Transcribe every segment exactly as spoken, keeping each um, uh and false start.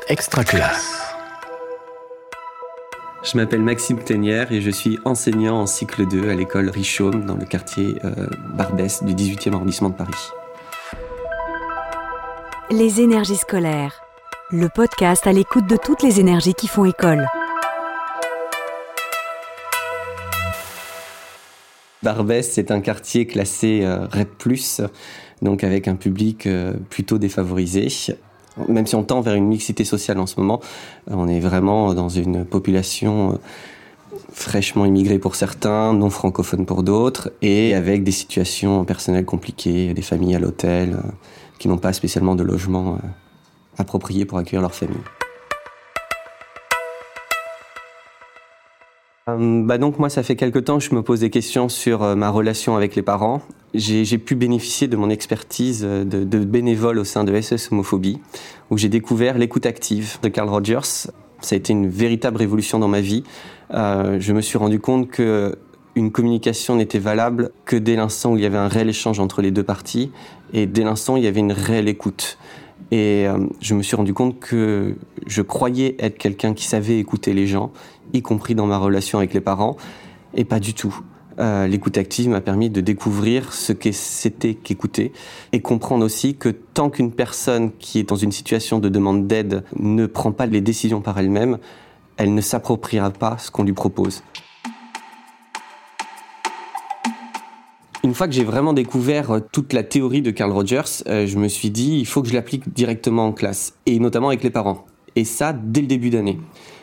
Extra classe. Je m'appelle Maxime Ténière et je suis enseignant en cycle deux à l'école Richomme dans le quartier euh, Barbès du dix-huitième arrondissement de Paris. Les énergies scolaires, le podcast à l'écoute de toutes les énergies qui font école. Barbès, c'est un quartier classé euh, R E P plus, donc avec un public euh, plutôt défavorisé. Même si on tend vers une mixité sociale en ce moment, on est vraiment dans une population fraîchement immigrée pour certains, non francophone pour d'autres, et avec des situations personnelles compliquées, des familles à l'hôtel qui n'ont pas spécialement de logement approprié pour accueillir leur famille. Bah donc moi, ça fait quelque temps que je me pose des questions sur euh, ma relation avec les parents. J'ai, j'ai pu bénéficier de mon expertise de, de bénévole au sein de S O S Homophobie, où j'ai découvert l'écoute active de Carl Rogers. Ça a été une véritable révolution dans ma vie. Euh, je me suis rendu compte qu'une communication n'était valable que dès l'instant où il y avait un réel échange entre les deux parties, et dès l'instant où il y avait une réelle écoute. Et euh, je me suis rendu compte que je croyais être quelqu'un qui savait écouter les gens, y compris dans ma relation avec les parents, et pas du tout. Euh, l'écoute active m'a permis de découvrir ce que c'était qu'écouter, et comprendre aussi que tant qu'une personne qui est dans une situation de demande d'aide ne prend pas les décisions par elle-même, elle ne s'appropriera pas ce qu'on lui propose. Une fois que j'ai vraiment découvert toute la théorie de Carl Rogers, euh, je me suis dit il faut que je l'applique directement en classe, et notamment avec les parents. Et ça, dès le début d'année.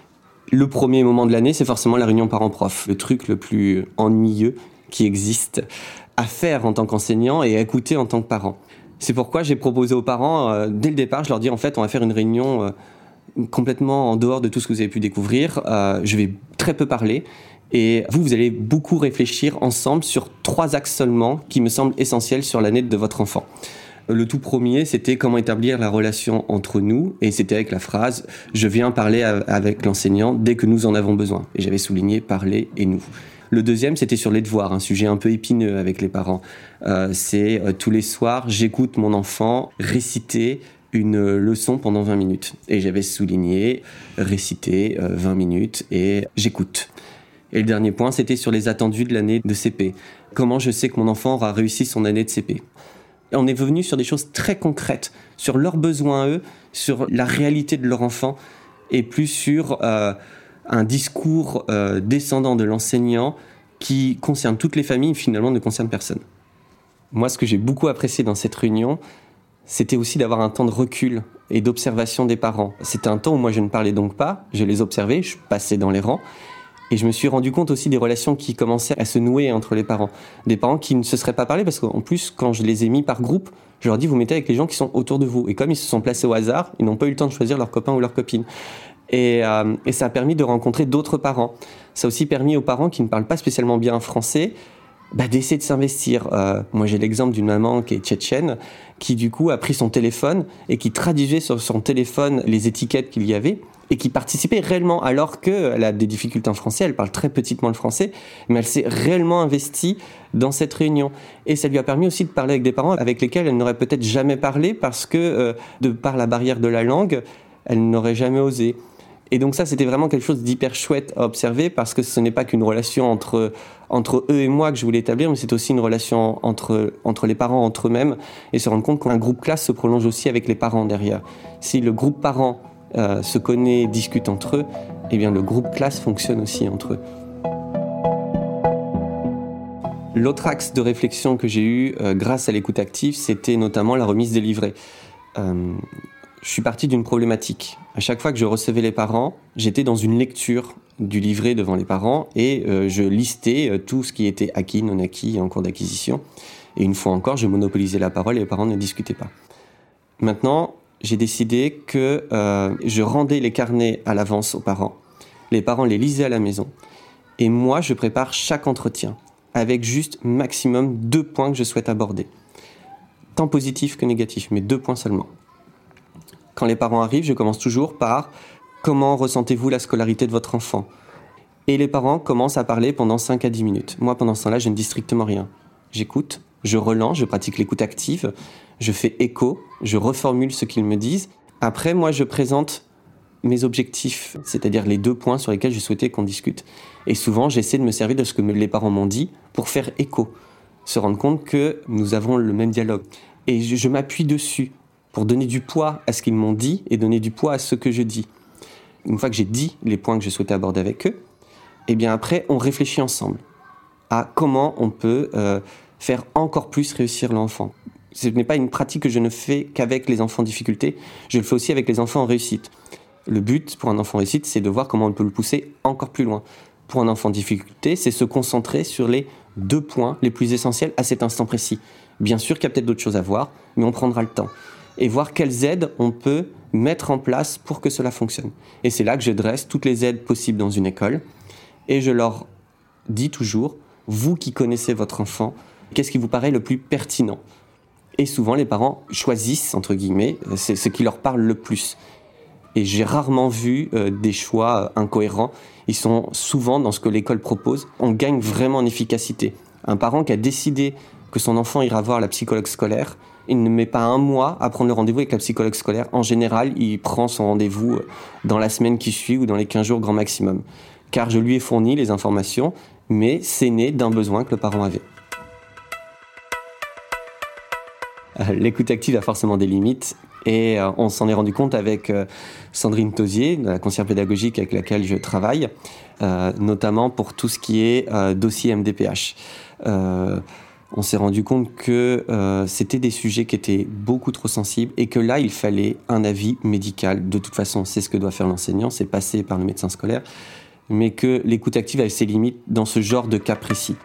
Le premier moment de l'année, c'est forcément la réunion parents-prof, le truc le plus ennuyeux qui existe à faire en tant qu'enseignant et à écouter en tant que parent. C'est pourquoi j'ai proposé aux parents, euh, dès le départ, je leur dis en fait on va faire une réunion euh, complètement en dehors de tout ce que vous avez pu découvrir. Euh, je vais très peu parler. Et vous, vous allez beaucoup réfléchir ensemble sur trois axes seulement qui me semblent essentiels sur l'année de votre enfant. Le tout premier, c'était comment établir la relation entre nous, et c'était avec la phrase « Je viens parler avec l'enseignant dès que nous en avons besoin ». Et j'avais souligné « parler » et « nous ». Le deuxième, c'était sur les devoirs, un sujet un peu épineux avec les parents. Euh, c'est euh, tous les soirs, j'écoute mon enfant réciter une leçon pendant vingt minutes. Et j'avais souligné « réciter euh, vingt minutes » et « j'écoute ». Et le dernier point, c'était sur les attendus de l'année de C P. Comment je sais que mon enfant aura réussi son année de C P ? On est venu sur des choses très concrètes, sur leurs besoins à eux, sur la réalité de leur enfant, et plus sur euh, un discours euh, descendant de l'enseignant qui concerne toutes les familles, finalement ne concerne personne. Moi, ce que j'ai beaucoup apprécié dans cette réunion, c'était aussi d'avoir un temps de recul et d'observation des parents. C'était un temps où moi je ne parlais donc pas, je les observais, je passais dans les rangs, et je me suis rendu compte aussi des relations qui commençaient à se nouer entre les parents. Des parents qui ne se seraient pas parlé, parce qu'en plus, quand je les ai mis par groupe, je leur dis, vous mettez avec les gens qui sont autour de vous. Et comme ils se sont placés au hasard, ils n'ont pas eu le temps de choisir leurs copains ou leurs copines. Et, euh, et ça a permis de rencontrer d'autres parents. Ça a aussi permis aux parents qui ne parlent pas spécialement bien français, bah, d'essayer de s'investir. Euh, moi, j'ai l'exemple d'une maman qui est tchétchène, qui du coup a pris son téléphone et qui traduisait sur son téléphone les étiquettes qu'il y avait, et qui participait réellement, alors qu'elle a des difficultés en français, elle parle très petitement le français, mais elle s'est réellement investie dans cette réunion. Et ça lui a permis aussi de parler avec des parents avec lesquels elle n'aurait peut-être jamais parlé, parce que, euh, de par la barrière de la langue, elle n'aurait jamais osé. Et donc ça, c'était vraiment quelque chose d'hyper chouette à observer, parce que ce n'est pas qu'une relation entre, entre eux et moi que je voulais établir, mais c'est aussi une relation entre, entre les parents, entre eux-mêmes, et se rendre compte qu'un groupe classe se prolonge aussi avec les parents derrière. Si le groupe parent Euh, se connaît, discute entre eux, eh bien le groupe classe fonctionne aussi entre eux. L'autre axe de réflexion que j'ai eu euh, grâce à l'écoute active, c'était notamment la remise des livrets. Euh, je suis parti d'une problématique. À chaque fois que je recevais les parents, j'étais dans une lecture du livret devant les parents, et euh, je listais euh, tout ce qui était acquis, non acquis et en cours d'acquisition. Et une fois encore, je monopolisais la parole et les parents ne discutaient pas. Maintenant, j'ai décidé que euh, je rendais les carnets à l'avance aux parents. Les parents les lisaient à la maison. Et moi, je prépare chaque entretien avec juste maximum deux points que je souhaite aborder. Tant positifs que négatifs, mais deux points seulement. Quand les parents arrivent, je commence toujours par « Comment ressentez-vous la scolarité de votre enfant ?» Et les parents commencent à parler pendant cinq à dix minutes. Moi, pendant ce temps-là, je ne dis strictement rien. J'écoute, je relance, je pratique l'écoute active, je fais écho, je reformule ce qu'ils me disent. Après, moi, je présente mes objectifs, c'est-à-dire les deux points sur lesquels je souhaitais qu'on discute. Et souvent, j'essaie de me servir de ce que les parents m'ont dit pour faire écho, se rendre compte que nous avons le même dialogue. Et je, je m'appuie dessus pour donner du poids à ce qu'ils m'ont dit et donner du poids à ce que je dis. Une fois que j'ai dit les points que je souhaitais aborder avec eux, et bien après, on réfléchit ensemble à comment on peut euh, faire encore plus réussir l'enfant. Ce n'est pas une pratique que je ne fais qu'avec les enfants en difficulté, je le fais aussi avec les enfants en réussite. Le but pour un enfant en réussite, c'est de voir comment on peut le pousser encore plus loin. Pour un enfant en difficulté, c'est se concentrer sur les deux points les plus essentiels à cet instant précis. Bien sûr qu'il y a peut-être d'autres choses à voir, mais on prendra le temps. Et voir quelles aides on peut mettre en place pour que cela fonctionne. Et c'est là que je dresse toutes les aides possibles dans une école. Et je leur dis toujours, vous qui connaissez votre enfant, qu'est-ce qui vous paraît le plus pertinent ? Et souvent, les parents choisissent, entre guillemets, c'est ce qui leur parle le plus. Et j'ai rarement vu euh, des choix euh, incohérents. Ils sont souvent dans ce que l'école propose. On gagne vraiment en efficacité. Un parent qui a décidé que son enfant ira voir la psychologue scolaire, il ne met pas un mois à prendre le rendez-vous avec la psychologue scolaire. En général, il prend son rendez-vous dans la semaine qui suit ou dans les quinze jours grand maximum. Car je lui ai fourni les informations, mais c'est né d'un besoin que le parent avait. L'écoute active a forcément des limites et euh, on s'en est rendu compte avec euh, Sandrine Tosier, la conseillère pédagogique avec laquelle je travaille, euh, notamment pour tout ce qui est euh, dossier M D P H. Euh, on s'est rendu compte que euh, c'était des sujets qui étaient beaucoup trop sensibles et que là, il fallait un avis médical. De toute façon, c'est ce que doit faire l'enseignant, c'est passer par le médecin scolaire, mais que l'écoute active avait ses limites dans ce genre de cas précis.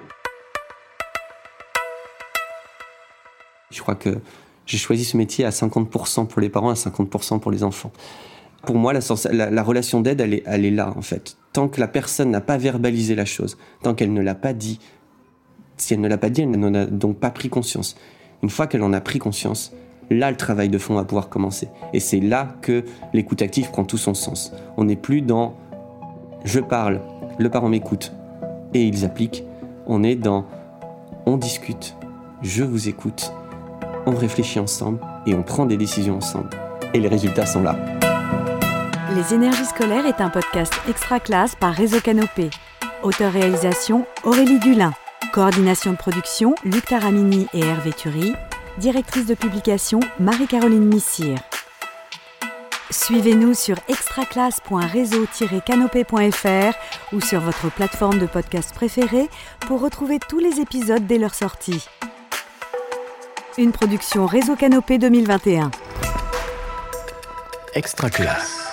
Je crois que j'ai choisi ce métier à cinquante pour cent pour les parents, à cinquante pour cent pour les enfants. Pour moi, la, la, la relation d'aide, elle est, elle est là, en fait. Tant que la personne n'a pas verbalisé la chose, tant qu'elle ne l'a pas dit, si elle ne l'a pas dit, elle n'en a donc pas pris conscience. Une fois qu'elle en a pris conscience, là, le travail de fond va pouvoir commencer. Et c'est là que l'écoute active prend tout son sens. On n'est plus dans « je parle, le parent m'écoute et ils appliquent ». On est dans « on discute, je vous écoute ». On réfléchit ensemble et on prend des décisions ensemble. Et les résultats sont là. Les énergies scolaires est un podcast extra classe par Réseau Canopé. Auteur-réalisation Aurélie Dulin. Coordination de production Luc Taramini et Hervé Thury. Directrice de publication Marie-Caroline Missire. Suivez-nous sur extraclasse point réseau tiret canopé point f r ou sur votre plateforme de podcast préférée pour retrouver tous les épisodes dès leur sortie. Une production Réseau Canopé deux mille vingt et un. Extra Classe.